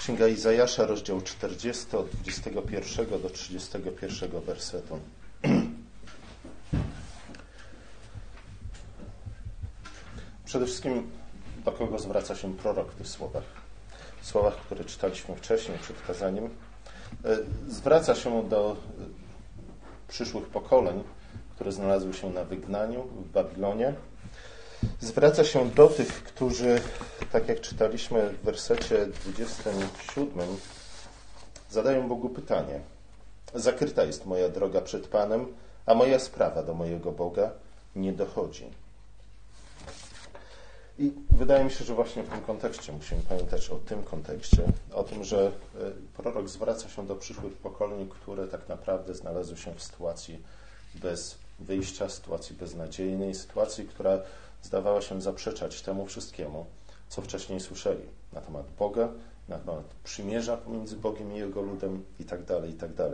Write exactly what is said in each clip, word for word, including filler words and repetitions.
Księga Izajasza, rozdział czterdziesty, od dwudziestego pierwszego do trzydziestego pierwszego wersetu. Przede wszystkim do kogo zwraca się prorok w tych słowach? W słowach, które czytaliśmy wcześniej przed kazaniem. Zwraca się do przyszłych pokoleń, które znalazły się na wygnaniu w Babilonie. Zwraca się do tych, którzy, tak jak czytaliśmy w wersecie dwudziestym siódmym, zadają Bogu pytanie. Zakryta jest moja droga przed Panem, a moja sprawa do mojego Boga nie dochodzi. I wydaje mi się, że właśnie w tym kontekście musimy pamiętać o tym kontekście, o tym, że prorok zwraca się do przyszłych pokoleń, które tak naprawdę znalazły się w sytuacji bez wyjścia, sytuacji beznadziejnej, sytuacji, która zdawała się zaprzeczać temu wszystkiemu, co wcześniej słyszeli na temat Boga, na temat przymierza pomiędzy Bogiem i Jego ludem itd., itd.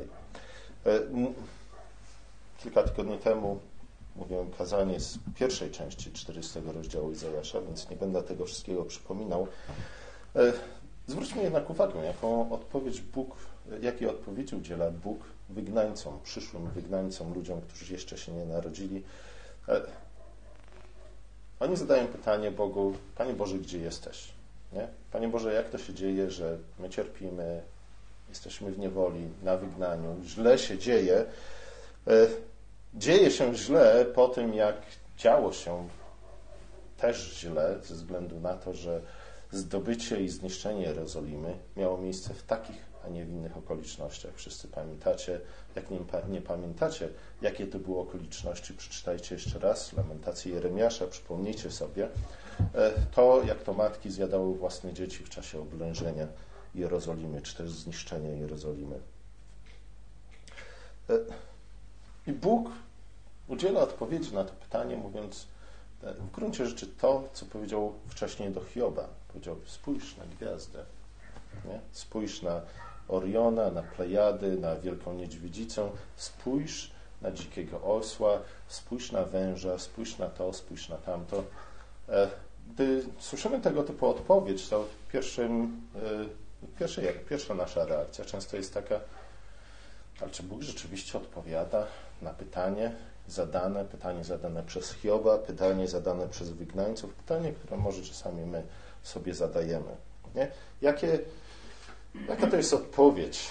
Kilka tygodni temu mówiłem kazanie z pierwszej części czterdziestego rozdziału Izajasza, więc nie będę tego wszystkiego przypominał. Zwróćmy jednak uwagę, jaką odpowiedź Bóg, jakiej odpowiedzi udziela Bóg wygnańcom, przyszłym wygnańcom, ludziom, którzy jeszcze się nie narodzili. Oni zadają pytanie Bogu: Panie Boże, gdzie jesteś? Nie? Panie Boże, jak to się dzieje, że my cierpimy, jesteśmy w niewoli, na wygnaniu, źle się dzieje. Dzieje się źle po tym, jak działo się też źle, ze względu na to, że zdobycie i zniszczenie Jerozolimy miało miejsce w takich, a nie w innych okolicznościach. Wszyscy pamiętacie, jak nie, nie pamiętacie, jakie to były okoliczności, przeczytajcie jeszcze raz Lamentację Jeremiasza, przypomnijcie sobie to, jak to matki zjadały własne dzieci w czasie oblężenia Jerozolimy, czy też zniszczenia Jerozolimy. I Bóg udziela odpowiedzi na to pytanie, mówiąc w gruncie rzeczy to, co powiedział wcześniej do Hioba. Powiedział: spójrz na gwiazdę, nie? Spójrz na Oriona, na Plejady, na Wielką Niedźwiedzicę, spójrz na dzikiego osła, spójrz na węża, spójrz na to, spójrz na tamto. Gdy słyszymy tego typu odpowiedź, to pierwszym, pierwsza, pierwsza nasza reakcja często jest taka: ale czy Bóg rzeczywiście odpowiada na pytanie zadane, pytanie zadane przez Hioba, pytanie zadane przez wygnańców, pytanie, które może czasami my sobie zadajemy. Nie? Jakie, jaka to jest odpowiedź?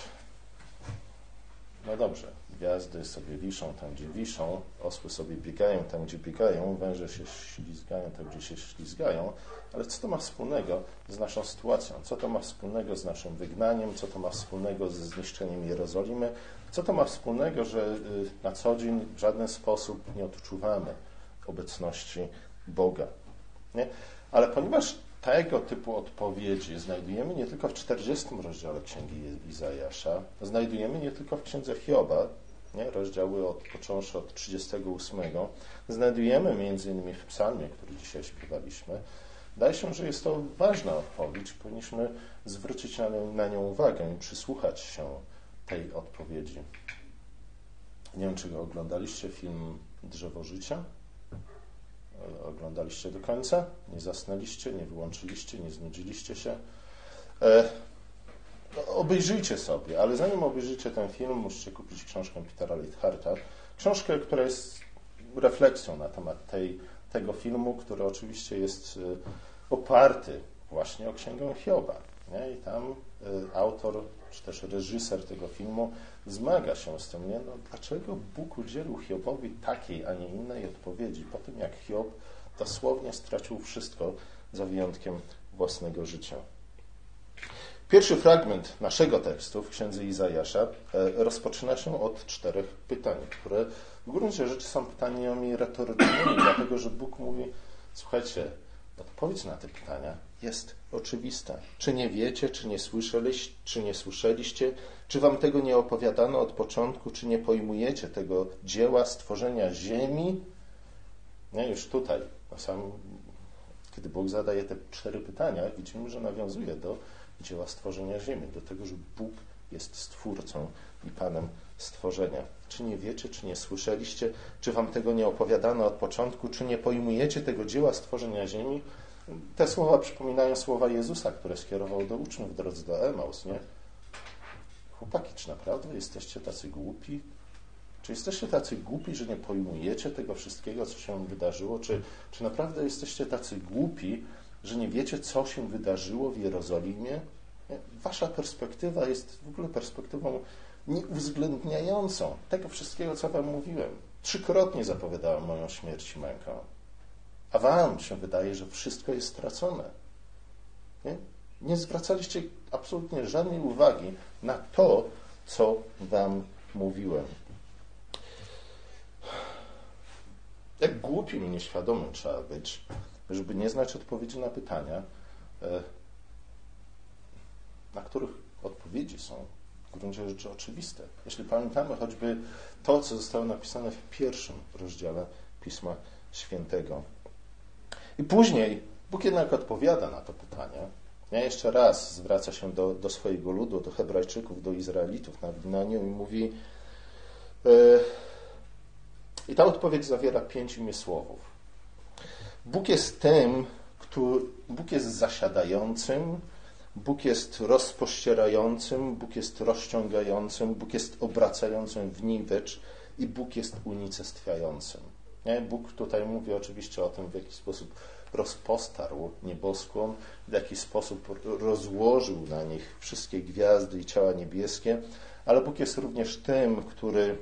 No dobrze, gwiazdy sobie wiszą tam, gdzie wiszą, osły sobie biegają tam, gdzie biegają, węże się ślizgają tam, gdzie się ślizgają, ale co to ma wspólnego z naszą sytuacją? Co to ma wspólnego z naszym wygnaniem? Co to ma wspólnego ze zniszczeniem Jerozolimy? Co to ma wspólnego, że na co dzień w żaden sposób nie odczuwamy obecności Boga? Nie? Ale ponieważ tego typu odpowiedzi znajdujemy nie tylko w czterdziestym rozdziale Księgi Izajasza, znajdujemy nie tylko w Księdze Hioba, nie? Rozdziały od, począwszy od trzydziestego ósmego, znajdujemy między innymi w psalmie, który dzisiaj śpiewaliśmy. Wydaje się, że jest to ważna odpowiedź. Powinniśmy zwrócić na nią, na nią uwagę i przysłuchać się tej odpowiedzi. Nie wiem, czy oglądaliście film Drzewo Życia? Oglądaliście do końca? Nie zasnęliście, nie wyłączyliście, nie znudziliście się? E, no, obejrzyjcie sobie, ale zanim obejrzycie ten film, musicie kupić książkę Petera Leitharta. Książkę, która jest refleksją na temat tej, tego filmu, który oczywiście jest oparty właśnie o Księgę Hioba. Nie? I tam y, autor, czy też reżyser tego filmu zmaga się z tym, nie? No, dlaczego Bóg udzielił Hiobowi takiej, a nie innej odpowiedzi po tym, jak Hiob dosłownie stracił wszystko za wyjątkiem własnego życia. Pierwszy fragment naszego tekstu w Księdze Izajasza e, rozpoczyna się od czterech pytań, które w gruncie rzeczy są pytaniami retorycznymi, dlatego że Bóg mówi: słuchajcie, odpowiedź na te pytania jest oczywista. Czy nie wiecie, czy nie słyszeliście, czy nie słyszeliście, czy wam tego nie opowiadano od początku, czy nie pojmujecie tego dzieła stworzenia ziemi? Nie, już tutaj, na sam, kiedy Bóg zadaje te cztery pytania, widzimy, że nawiązuje do dzieła stworzenia ziemi, do tego, że Bóg jest Stwórcą i Panem stworzenia. Czy nie wiecie, czy nie słyszeliście, czy wam tego nie opowiadano od początku, czy nie pojmujecie tego dzieła stworzenia ziemi? Te słowa przypominają słowa Jezusa, które skierował do uczniów w drodze do Emaus, nie? Chłopaki, czy naprawdę jesteście tacy głupi? Czy jesteście tacy głupi, że nie pojmujecie tego wszystkiego, co się wydarzyło? Czy, czy naprawdę jesteście tacy głupi, że nie wiecie, co się wydarzyło w Jerozolimie? Wasza perspektywa jest w ogóle perspektywą nieuwzględniającą tego wszystkiego, co wam mówiłem. Trzykrotnie zapowiadałem moją śmierć i mękę. A wam się wydaje, że wszystko jest stracone. Nie? Nie zwracaliście absolutnie żadnej uwagi na to, co wam mówiłem. Jak głupim i nieświadomym trzeba być, żeby nie znać odpowiedzi na pytania, na których odpowiedzi są w gruncie rzeczy oczywiste. Jeśli pamiętamy choćby to, co zostało napisane w pierwszym rozdziale Pisma Świętego. I później Bóg jednak odpowiada na to pytanie. Ja jeszcze raz zwraca się do, do swojego ludu, do Hebrajczyków, do Izraelitów na Wynaniu i mówi yy, i ta odpowiedź zawiera pięć imiesłowów. Bóg jest tym, który, Bóg jest zasiadającym, Bóg jest rozpościerającym, Bóg jest rozciągającym, Bóg jest obracającym w niwecz i Bóg jest unicestwiającym. Nie? Bóg tutaj mówi oczywiście o tym, w jaki sposób rozpostarł nieboskłon, w jaki sposób rozłożył na nich wszystkie gwiazdy i ciała niebieskie, ale Bóg jest również tym, który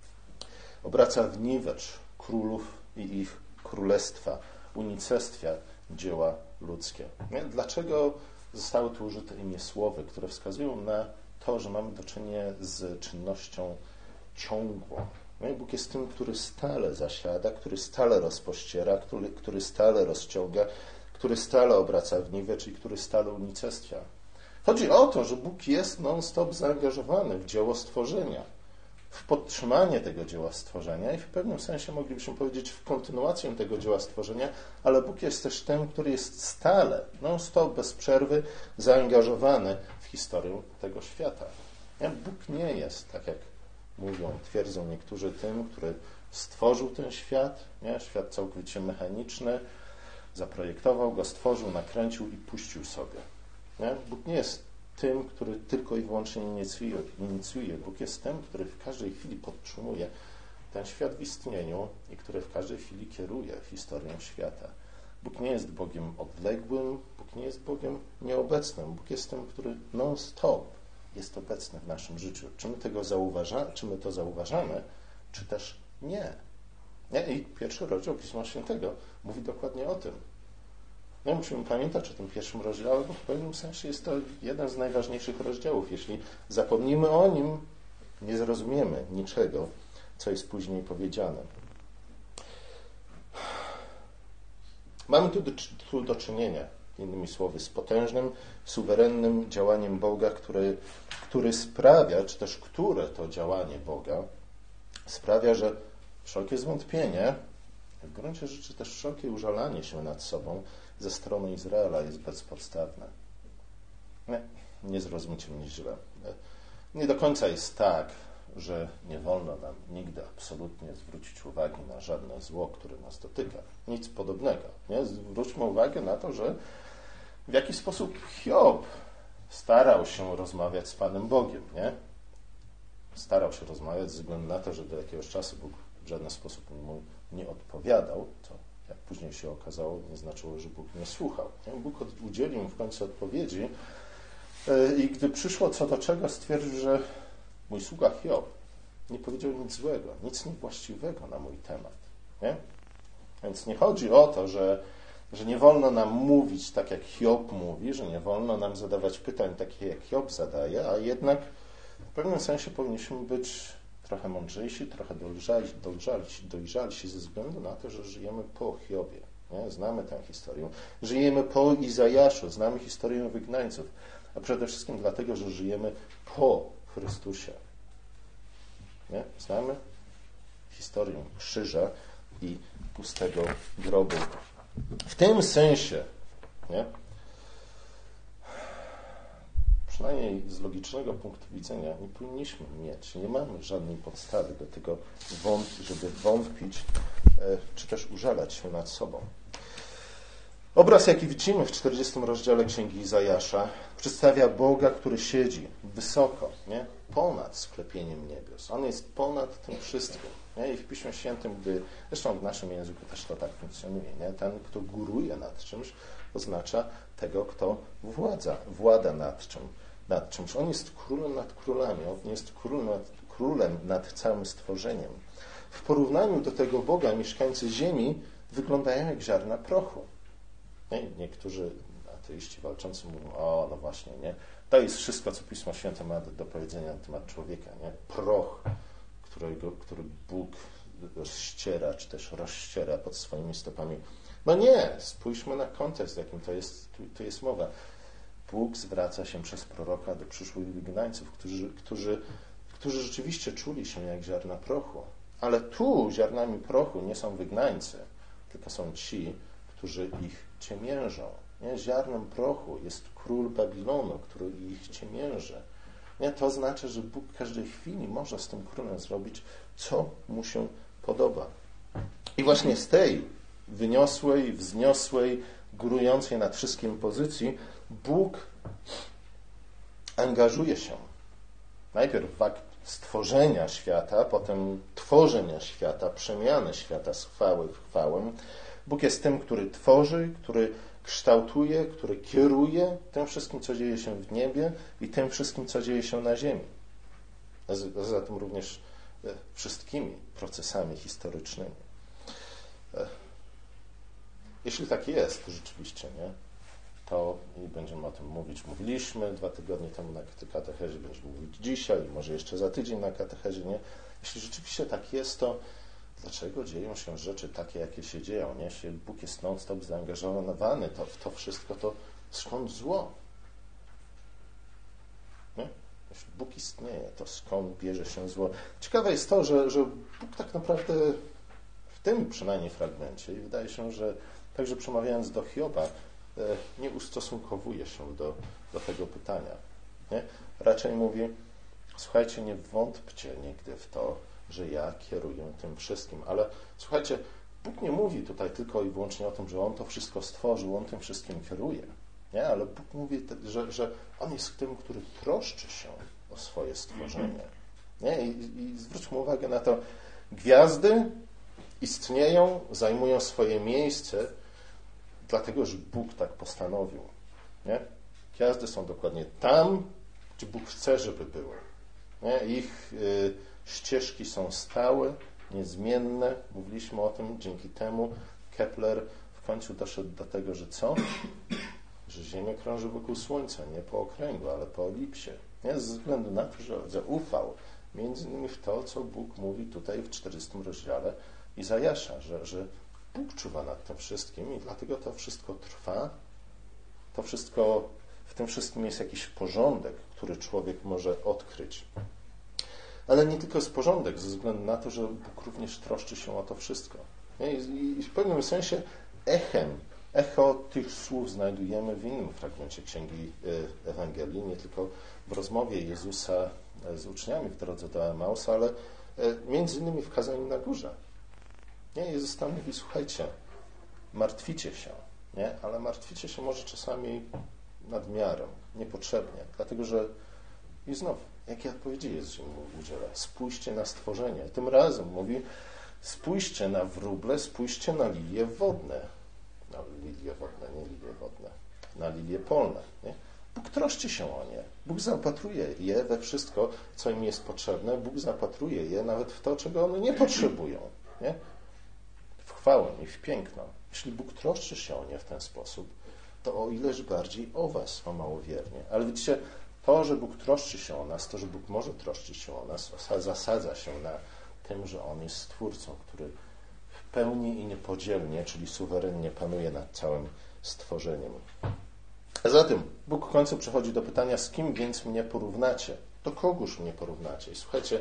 obraca w niwecz królów i ich królestwa, unicestwia dzieła ludzkie. Nie? Dlaczego zostały tu użyte imię słowy, które wskazują na to, że mamy do czynienia z czynnością ciągłą. No Bóg jest tym, który stale zasiada, który stale rozpościera, który, który stale rozciąga, który stale obraca w niwecz i który stale unicestwia. Chodzi o to, że Bóg jest non-stop zaangażowany w dzieło stworzenia, w podtrzymanie tego dzieła stworzenia i w pewnym sensie moglibyśmy powiedzieć w kontynuację tego dzieła stworzenia, ale Bóg jest też tym, który jest stale, non-stop, bez przerwy zaangażowany w historię tego świata. Bóg nie jest, tak jak mówią, twierdzą niektórzy, tym, który stworzył ten świat, nie? Świat całkowicie mechaniczny, zaprojektował go, stworzył, nakręcił i puścił sobie. Nie? Bóg nie jest tym, który tylko i wyłącznie inicjuje, inicjuje. Bóg jest tym, który w każdej chwili podtrzymuje ten świat w istnieniu i który w każdej chwili kieruje historią świata. Bóg nie jest Bogiem odległym, Bóg nie jest Bogiem nieobecnym. Bóg jest tym, który non-stop jest obecny w naszym życiu. Czy my tego zauważamy, czy my to zauważamy, czy też nie. nie? I pierwszy rozdział Pisma Świętego mówi dokładnie o tym. No, musimy pamiętać o tym pierwszym rozdziale, bo w pewnym sensie jest to jeden z najważniejszych rozdziałów. Jeśli zapomnimy o nim, nie zrozumiemy niczego, co jest później powiedziane. Mamy tu do, tu do czynienia, innymi słowy, z potężnym, suwerennym działaniem Boga, który, który sprawia, czy też które to działanie Boga sprawia, że wszelkie zwątpienie, w gruncie rzeczy też wszelkie użalanie się nad sobą ze strony Izraela jest bezpodstawne. Nie, nie zrozumcie mnie źle. Nie do końca jest tak, że nie wolno nam nigdy absolutnie zwrócić uwagi na żadne zło, które nas dotyka. Nic podobnego. Nie? Zwróćmy uwagę na to, że w jaki sposób Hiob starał się rozmawiać z Panem Bogiem. Nie? Starał się rozmawiać ze względu na to, że do jakiegoś czasu Bóg w żaden sposób mu nie odpowiadał, co jak później się okazało, nie znaczyło, że Bóg nie słuchał. Nie? Bóg udzielił mu w końcu odpowiedzi i gdy przyszło co do czego, stwierdził, że mój sługa Hiob nie powiedział nic złego, nic niewłaściwego na mój temat. Nie? Więc nie chodzi o to, że, że nie wolno nam mówić tak, jak Hiob mówi, że nie wolno nam zadawać pytań takich, jak Hiob zadaje, a jednak w pewnym sensie powinniśmy być trochę mądrzejsi, trochę dojrzalsi, dojrzalsi, dojrzalsi ze względu na to, że żyjemy po Hiobie. Nie? Znamy tę historię. Żyjemy po Izajaszu, znamy historię wygnańców, a przede wszystkim dlatego, że żyjemy po Chrystusie. Nie? Znamy historię krzyża i pustego grobu. W tym sensie, nie? Przynajmniej z logicznego punktu widzenia nie powinniśmy mieć, nie mamy żadnej podstawy do tego, żeby wątpić, czy też użalać się nad sobą. Obraz, jaki widzimy w czterdziestym rozdziale Księgi Izajasza, przedstawia Boga, który siedzi wysoko, nie? Ponad sklepieniem niebios. On jest ponad tym wszystkim. Nie? I w Piśmie Świętym, gdy, zresztą w naszym języku też to tak funkcjonuje, nie? Ten, kto góruje nad czymś, oznacza tego, kto władza, włada nad czym, nad czymś. On jest królem nad królami, on jest królem nad, królem nad całym stworzeniem. W porównaniu do tego Boga mieszkańcy ziemi wyglądają jak ziarna prochu. Nie? Niektórzy ateiści walczący mówią, o, no właśnie, nie? To jest wszystko, co Pismo Święte ma do, do powiedzenia na temat człowieka, nie? Proch, którego, który Bóg rozściera, czy też rozściera pod swoimi stopami. No nie, spójrzmy na kontekst, jakim to jest, tu, tu jest mowa. Bóg zwraca się przez proroka do przyszłych wygnańców, którzy, którzy, którzy rzeczywiście czuli się jak ziarna prochu. Ale tu ziarnami prochu nie są wygnańcy, tylko są ci, którzy ich ciemiężą. Nie? Ziarnem prochu jest król Babilonu, który ich ciemięży. Nie? To znaczy, że Bóg w każdej chwili może z tym królem zrobić, co mu się podoba. I właśnie z tej wyniosłej, wzniosłej, górującej nad wszystkim pozycji Bóg angażuje się najpierw w akt stworzenia świata, potem tworzenia świata, przemiany świata z chwały w chwałę. Bóg jest tym, który tworzy, który kształtuje, który kieruje tym wszystkim, co dzieje się w niebie i tym wszystkim, co dzieje się na ziemi. A zatem również wszystkimi procesami historycznymi. Jeśli tak jest rzeczywiście, nie, to i będziemy o tym mówić. Mówiliśmy dwa tygodnie temu na katechezie, będziemy mówić dzisiaj, może jeszcze za tydzień na katechezie, nie? Jeśli rzeczywiście tak jest, to dlaczego dzieją się rzeczy takie, jakie się dzieją? Nie? Jeśli Bóg jest non-stop zaangażowany to, w to wszystko, to skąd zło? Nie? Jeśli Bóg istnieje, to skąd bierze się zło? Ciekawe jest to, że, że Bóg tak naprawdę w tym przynajmniej fragmencie, i wydaje się, że także przemawiając do Hioba, nie ustosunkowuje się do, do tego pytania. Nie? Raczej mówi, słuchajcie, nie wątpcie nigdy w to, że ja kieruję tym wszystkim. Ale słuchajcie, Bóg nie mówi tutaj tylko i wyłącznie o tym, że On to wszystko stworzył, On tym wszystkim kieruje. Nie? Ale Bóg mówi, że, że On jest tym, który troszczy się o swoje stworzenie. Nie? I, i zwróćmy uwagę na to, gwiazdy istnieją, zajmują swoje miejsce, dlatego, że Bóg tak postanowił. Nie? Gwiazdy są dokładnie tam, gdzie Bóg chce, żeby były. Nie? Ich y, ścieżki są stałe, niezmienne. Mówiliśmy o tym, dzięki temu Kepler w końcu doszedł do tego, że co? Że Ziemia krąży wokół Słońca, nie po okręgu, ale po elipsie. Nie? Ze względu na to, że zaufał między innymi w to, co Bóg mówi tutaj w czterdziestym rozdziale Izajasza, że, że Bóg czuwa nad tym wszystkim i dlatego to wszystko trwa. To wszystko, w tym wszystkim jest jakiś porządek, który człowiek może odkryć. Ale nie tylko jest porządek, ze względu na to, że Bóg również troszczy się o to wszystko. I w pewnym sensie echem, echo tych słów znajdujemy w innym fragmencie Księgi Ewangelii, nie tylko w rozmowie Jezusa z uczniami w drodze do Emausa, ale między innymi w kazaniu na górze. Nie, Jezus tam mówi, słuchajcie, martwicie się, nie? Ale martwicie się może czasami nadmiarem, niepotrzebnie, dlatego że i znów, jakie odpowiedzi Jezus im udziela? Spójrzcie na stworzenie. Tym razem mówi, spójrzcie na wróble, spójrzcie na lilie wodne. Na lilie wodne, nie lilie wodne, na lilie polne. Nie? Bóg troszczy się o nie. Bóg zaopatruje je we wszystko, co im jest potrzebne. Bóg zaopatruje je nawet w to, czego one nie potrzebują. Nie? W chwałę i w piękno. Jeśli Bóg troszczy się o nie w ten sposób, to o ileż bardziej o was, o małowiernie. Ale widzicie, to, że Bóg troszczy się o nas, to, że Bóg może troszczyć się o nas, zasadza się na tym, że On jest Stwórcą, który w pełni i niepodzielnie, czyli suwerennie panuje nad całym stworzeniem. A zatem Bóg w końcu przechodzi do pytania, z kim więc mnie porównacie? Do kogóż mnie porównacie? I słuchajcie,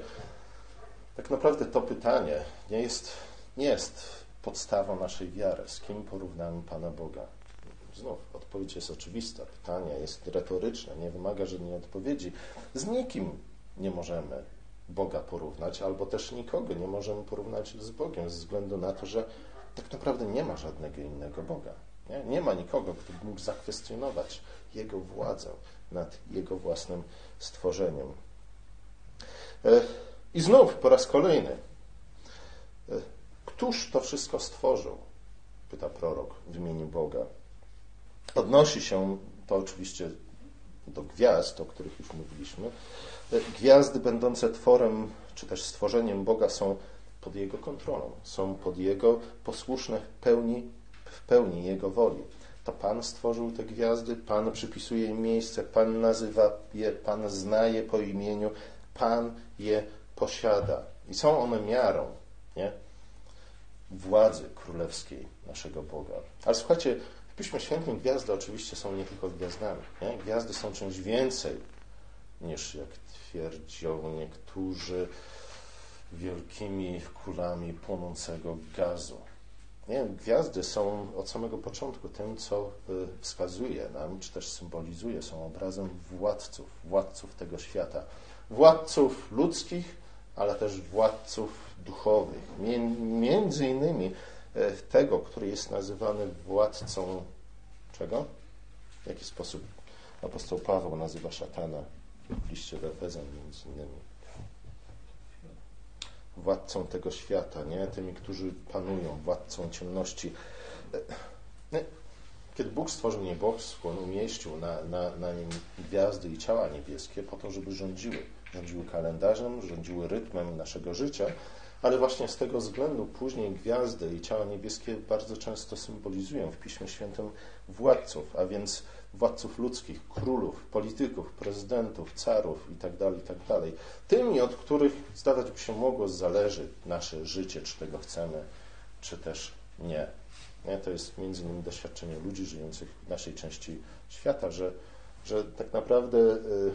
tak naprawdę to pytanie nie jest, nie jest podstawą naszej wiary. Z kim porównamy Pana Boga? Znów, odpowiedź jest oczywista. Pytanie jest retoryczne, nie wymaga żadnej odpowiedzi. Z nikim nie możemy Boga porównać, albo też nikogo nie możemy porównać z Bogiem, ze względu na to, że tak naprawdę nie ma żadnego innego Boga. Nie? Nie ma nikogo, kto by mógł zakwestionować Jego władzę nad Jego własnym stworzeniem. I znów po raz kolejny, któż to wszystko stworzył? Pyta prorok w imieniu Boga. Odnosi się to oczywiście do gwiazd, o których już mówiliśmy. Gwiazdy będące tworem, czy też stworzeniem Boga są pod Jego kontrolą, są pod Jego posłuszne w pełni, w pełni Jego woli. To Pan stworzył te gwiazdy, Pan przypisuje im miejsce, Pan nazywa je, Pan zna je po imieniu, Pan je posiada. I są one miarą, nie? władzy królewskiej naszego Boga. Ale słuchajcie, w Piśmie Świętym gwiazdy oczywiście są nie tylko gwiazdami. Nie? Gwiazdy są czymś więcej niż, jak twierdzą niektórzy, wielkimi kulami płonącego gazu. Nie? Gwiazdy są od samego początku tym, co wskazuje nam, czy też symbolizuje, są obrazem władców, władców tego świata. Władców ludzkich, ale też władców duchowych. Między innymi tego, który jest nazywany władcą czego? W jaki sposób apostoł Paweł nazywa szatana w liście do Efezjan między innymi? Władcą tego świata, nie? Tymi, którzy panują, władcą ciemności. Kiedy Bóg stworzył nieboskłon, on umieścił na, na, na nim gwiazdy i ciała niebieskie po to, żeby rządziły. Rządziły kalendarzem, rządziły rytmem naszego życia, ale właśnie z tego względu później gwiazdy i ciała niebieskie bardzo często symbolizują w Piśmie Świętym władców, a więc władców ludzkich, królów, polityków, prezydentów, carów itd., itd. Tymi, od których zdawać by się mogło zależy nasze życie, czy tego chcemy, czy też nie. nie? To jest między innymi doświadczenie ludzi żyjących w naszej części świata, że, że tak naprawdę y,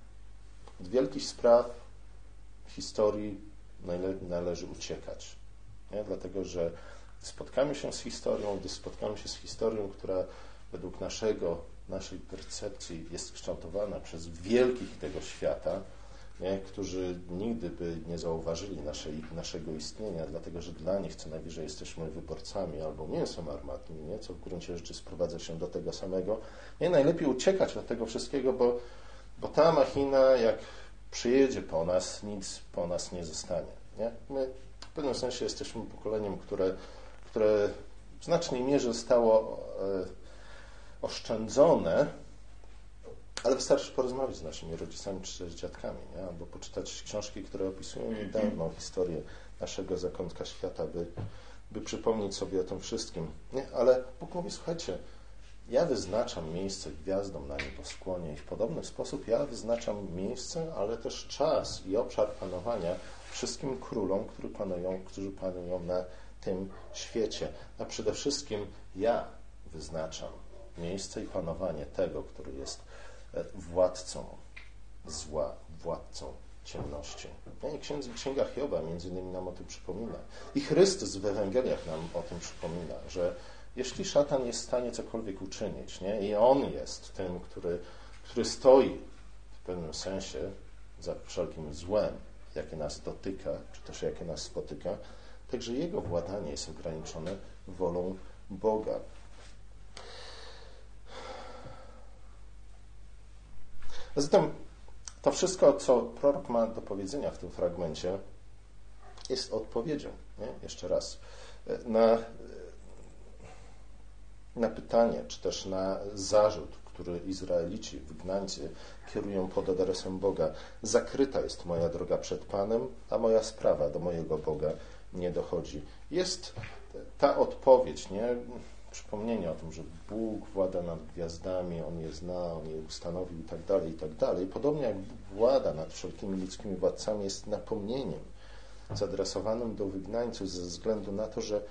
od wielkich spraw w historii nale- należy uciekać. Nie? Dlatego, że spotkamy się z historią, gdy spotkamy się z historią, która według naszego, naszej percepcji jest kształtowana przez wielkich tego świata, nie? którzy nigdy by nie zauważyli naszej, naszego istnienia, dlatego że dla nich co najwyżej jesteśmy wyborcami albo mięsem armatnim, nie? co w gruncie rzeczy sprowadza się do tego samego. Nie? Najlepiej uciekać od tego wszystkiego, bo, bo ta machina, jak przyjedzie po nas, nic po nas nie zostanie. Nie? My w pewnym sensie jesteśmy pokoleniem, które, które w znacznej mierze zostało e, oszczędzone, ale wystarczy porozmawiać z naszymi rodzicami czy też dziadkami, nie? albo poczytać książki, które opisują niedawną historię naszego zakątka świata, by, by przypomnieć sobie o tym wszystkim. Nie? Ale Bóg mówi, słuchajcie, ja wyznaczam miejsce gwiazdom na nieboskłonie i w podobny sposób ja wyznaczam miejsce, ale też czas i obszar panowania wszystkim królom, którzy panują, którzy panują na tym świecie. A przede wszystkim ja wyznaczam miejsce i panowanie tego, który jest władcą zła, władcą ciemności. I księdz, Księga Hioba między innymi nam o tym przypomina. I Chrystus w Ewangeliach nam o tym przypomina, że jeśli szatan jest w stanie cokolwiek uczynić, nie? i on jest tym, który, który stoi w pewnym sensie za wszelkim złem, jakie nas dotyka, czy też jakie nas spotyka, także jego władanie jest ograniczone wolą Boga. A zatem to wszystko, co prorok ma do powiedzenia w tym fragmencie, jest odpowiedzią, nie? jeszcze raz, na, na pytanie, czy też na zarzut, który Izraelici, wygnańcy, kierują pod adresem Boga. Zakryta jest moja droga przed Panem, a moja sprawa do mojego Boga nie dochodzi. Jest ta odpowiedź, nie? Przypomnienie o tym, że Bóg włada nad gwiazdami, On je zna, On je ustanowił i tak dalej, i tak dalej. Podobnie jak Bóg włada nad wszelkimi ludzkimi władcami, jest napomnieniem zadresowanym do wygnańców ze względu na to, że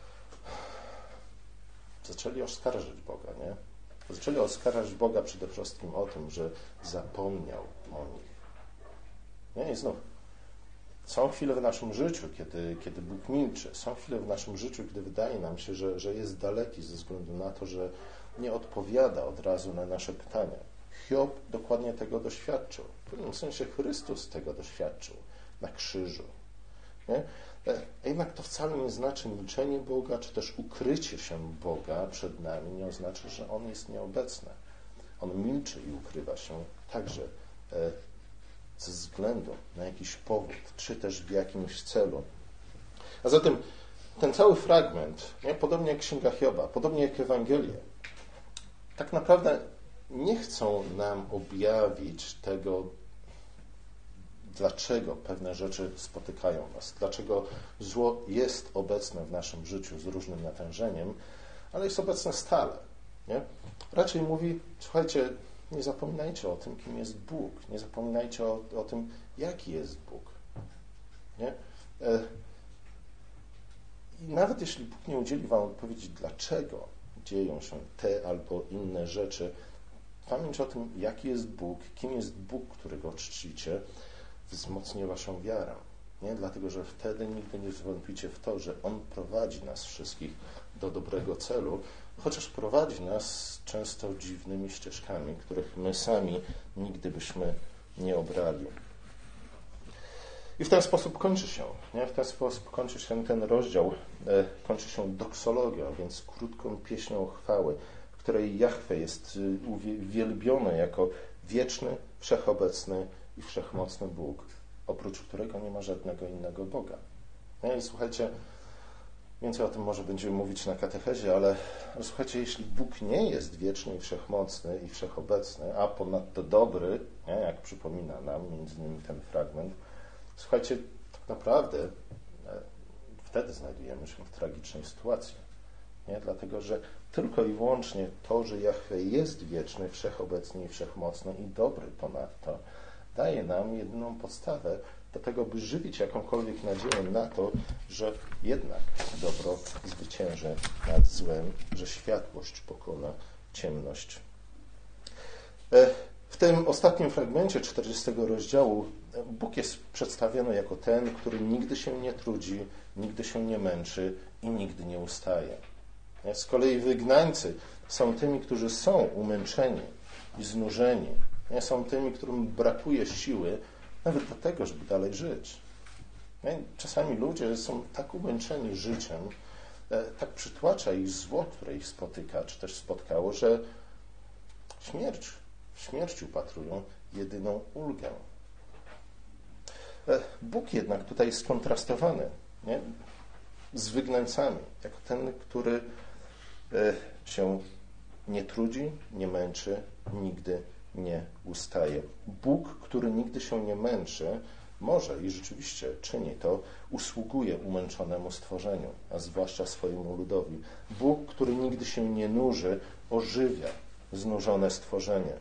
zaczęli oskarżać Boga, nie? Zaczęli oskarżać Boga przede wszystkim o tym, że zapomniał o nich. Nie? I znów, są chwile w naszym życiu, kiedy, kiedy Bóg milczy. Są chwile w naszym życiu, kiedy wydaje nam się, że, że jest daleki ze względu na to, że nie odpowiada od razu na nasze pytania. Hiob dokładnie tego doświadczył. W pewnym sensie Chrystus tego doświadczył na krzyżu. Nie? Jednak to wcale nie znaczy milczenie Boga, czy też ukrycie się Boga przed nami, nie oznacza, że On jest nieobecny. On milczy i ukrywa się także ze względu na jakiś powód, czy też w jakimś celu. A zatem ten cały fragment, nie, podobnie jak Księga Hioba, podobnie jak Ewangelie, tak naprawdę nie chcą nam objawić tego, dlaczego pewne rzeczy spotykają nas, dlaczego zło jest obecne w naszym życiu z różnym natężeniem, ale jest obecne stale. Nie? Raczej mówi, słuchajcie, nie zapominajcie o tym, kim jest Bóg, nie zapominajcie o, o tym, jaki jest Bóg. Nie? I nawet jeśli Bóg nie udzieli wam odpowiedzi, dlaczego dzieją się te albo inne rzeczy, pamięć o tym, jaki jest Bóg, kim jest Bóg, którego czcicie, wzmocni waszą wiarę. Nie? Dlatego, że wtedy nigdy nie zwątpicie w to, że On prowadzi nas wszystkich do dobrego celu, chociaż prowadzi nas często dziwnymi ścieżkami, których my sami nigdy byśmy nie obrali. I w ten sposób kończy się, nie? W ten sposób kończy się ten rozdział, e, kończy się doksologią, więc krótką pieśnią chwały, w której Jahwe jest uwielbiony jako wieczny, wszechobecny i wszechmocny Bóg, oprócz którego nie ma żadnego innego Boga. No i słuchajcie, więcej o tym może będziemy mówić na katechezie, ale, ale słuchajcie, jeśli Bóg nie jest wieczny i wszechmocny i wszechobecny, a ponadto dobry, nie? Jak przypomina nam między innymi ten fragment, słuchajcie, tak naprawdę e, wtedy znajdujemy się w tragicznej sytuacji. Nie? Dlatego, że tylko i wyłącznie to, że Jahwe jest wieczny, wszechobecny i wszechmocny i dobry ponadto, daje nam jedyną podstawę do tego, by żywić jakąkolwiek nadzieję na to, że jednak dobro zwycięży nad złem, że światłość pokona ciemność. W tym ostatnim fragmencie czterdziestego rozdziału Bóg jest przedstawiony jako ten, który nigdy się nie trudzi, nigdy się nie męczy i nigdy nie ustaje. Z kolei wygnańcy są tymi, którzy są umęczeni i znużeni. Są tymi, którym brakuje siły nawet do tego, żeby dalej żyć. Czasami ludzie są tak umęczeni życiem, tak przytłacza ich zło, które ich spotyka, czy też spotkało, że śmierć, w śmierci upatrują jedyną ulgę. Bóg jednak tutaj jest skontrastowany, nie? Z wygnańcami, jako ten, który się nie trudzi, nie męczy, nigdy nie ustaje. Bóg, który nigdy się nie męczy, może i rzeczywiście czyni to, usługuje umęczonemu stworzeniu, a zwłaszcza swojemu ludowi. Bóg, który nigdy się nie nuży, ożywia znużone stworzenie.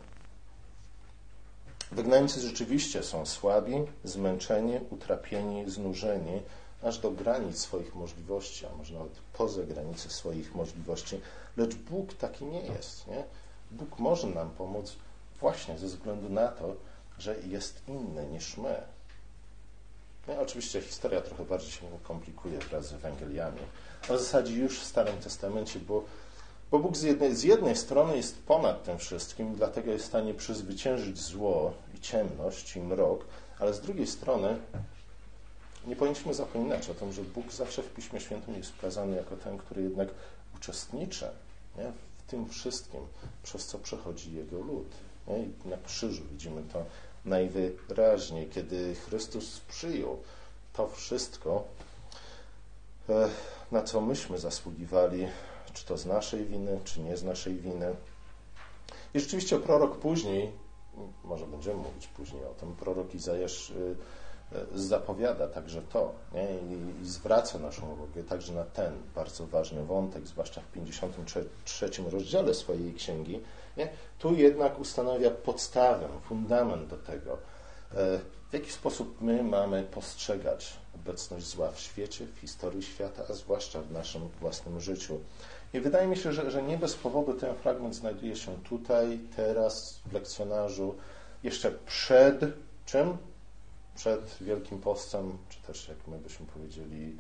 Wygnańcy rzeczywiście są słabi, zmęczeni, utrapieni, znużeni, aż do granic swoich możliwości, a może nawet poza granice swoich możliwości, lecz Bóg taki nie jest. Nie? Bóg może nam pomóc właśnie ze względu na to, że jest inny niż my. No, oczywiście historia trochę bardziej się komplikuje wraz z Ewangeliami, ale w zasadzie już w Starym Testamencie, bo, bo Bóg z jednej, z jednej strony jest ponad tym wszystkim, dlatego jest w stanie przezwyciężyć zło i ciemność i mrok, ale z drugiej strony nie powinniśmy zapominać o tym, że Bóg zawsze w Piśmie Świętym jest ukazany jako ten, który jednak uczestniczy, nie? W tym wszystkim, przez co przechodzi Jego lud. Nie? I na krzyżu widzimy to najwyraźniej, kiedy Chrystus przyjął to wszystko, na co myśmy zasługiwali, czy to z naszej winy, czy nie z naszej winy. I rzeczywiście prorok później, może będziemy mówić później o tym, prorok Izajasz zapowiada także to, nie? I, i zwraca naszą uwagę także na ten bardzo ważny wątek, zwłaszcza w pięćdziesiątym trzecim rozdziale swojej księgi. Nie? Tu jednak ustanawia podstawę, fundament do tego, w jaki sposób my mamy postrzegać obecność zła w świecie, w historii świata, a zwłaszcza w naszym własnym życiu. I wydaje mi się, że, że nie bez powodu ten fragment znajduje się tutaj, teraz, w lekcjonarzu, jeszcze przed czym? Przed Wielkim Postem, czy też, jak my byśmy powiedzieli,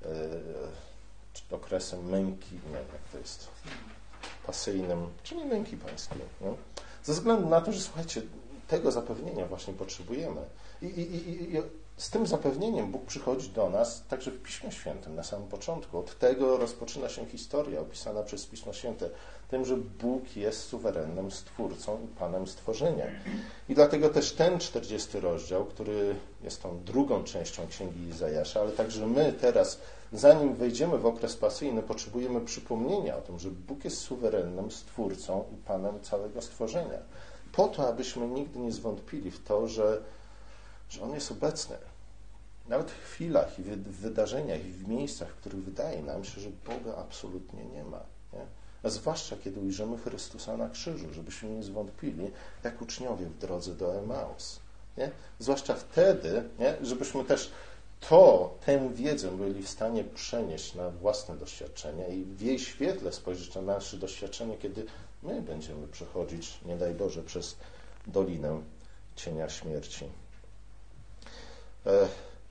e, okresem męki, nie wiem, jak to jest, pasyjnym, czyli męki pańskiej. Nie? Ze względu na to, że słuchajcie, tego zapewnienia właśnie potrzebujemy. I, i, i, i z tym zapewnieniem Bóg przychodzi do nas także w Piśmie Świętym na samym początku. Od tego rozpoczyna się historia opisana przez Pismo Święte, tym, że Bóg jest suwerennym Stwórcą i Panem stworzenia. I dlatego też ten czterdziesty rozdział, który jest tą drugą częścią Księgi Izajasza, ale także my teraz, zanim wejdziemy w okres pasyjny, potrzebujemy przypomnienia o tym, że Bóg jest suwerennym Stwórcą i Panem całego stworzenia. Po to, abyśmy nigdy nie zwątpili w to, że, że On jest obecny. Nawet w chwilach i w wydarzeniach i w miejscach, w których wydaje nam się, że Boga absolutnie nie ma. Nie? A zwłaszcza, kiedy ujrzymy Chrystusa na krzyżu, żebyśmy nie zwątpili, jak uczniowie w drodze do Emaus. Nie? Zwłaszcza wtedy, nie? Żebyśmy też to, tę wiedzę byli w stanie przenieść na własne doświadczenia i w jej świetle spojrzeć na nasze doświadczenie, kiedy my będziemy przechodzić, nie daj Boże, przez dolinę cienia śmierci. E...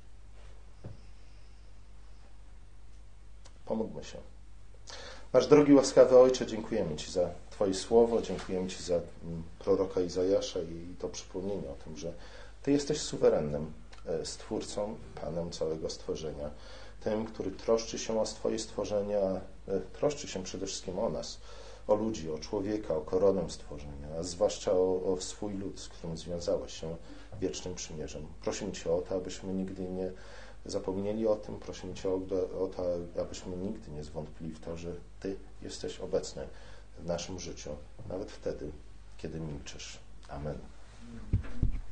Pomódlmy się. Nasz drogi, łaskawy Ojcze, dziękujemy Ci za Twoje słowo, dziękujemy Ci za proroka Izajasza i to przypomnienie o tym, że Ty jesteś suwerennym Stwórcą, Panem całego stworzenia, tym, który troszczy się o Twoje stworzenia, troszczy się przede wszystkim o nas, o ludzi, o człowieka, o koronę stworzenia, a zwłaszcza o, o swój lud, z którym związałeś się wiecznym przymierzem. Prosimy Cię o to, abyśmy nigdy nie zapomnieli o tym, prosimy Cię o, o to, abyśmy nigdy nie zwątpili w to, że Ty jesteś obecny w naszym życiu, nawet wtedy, kiedy milczysz. Amen.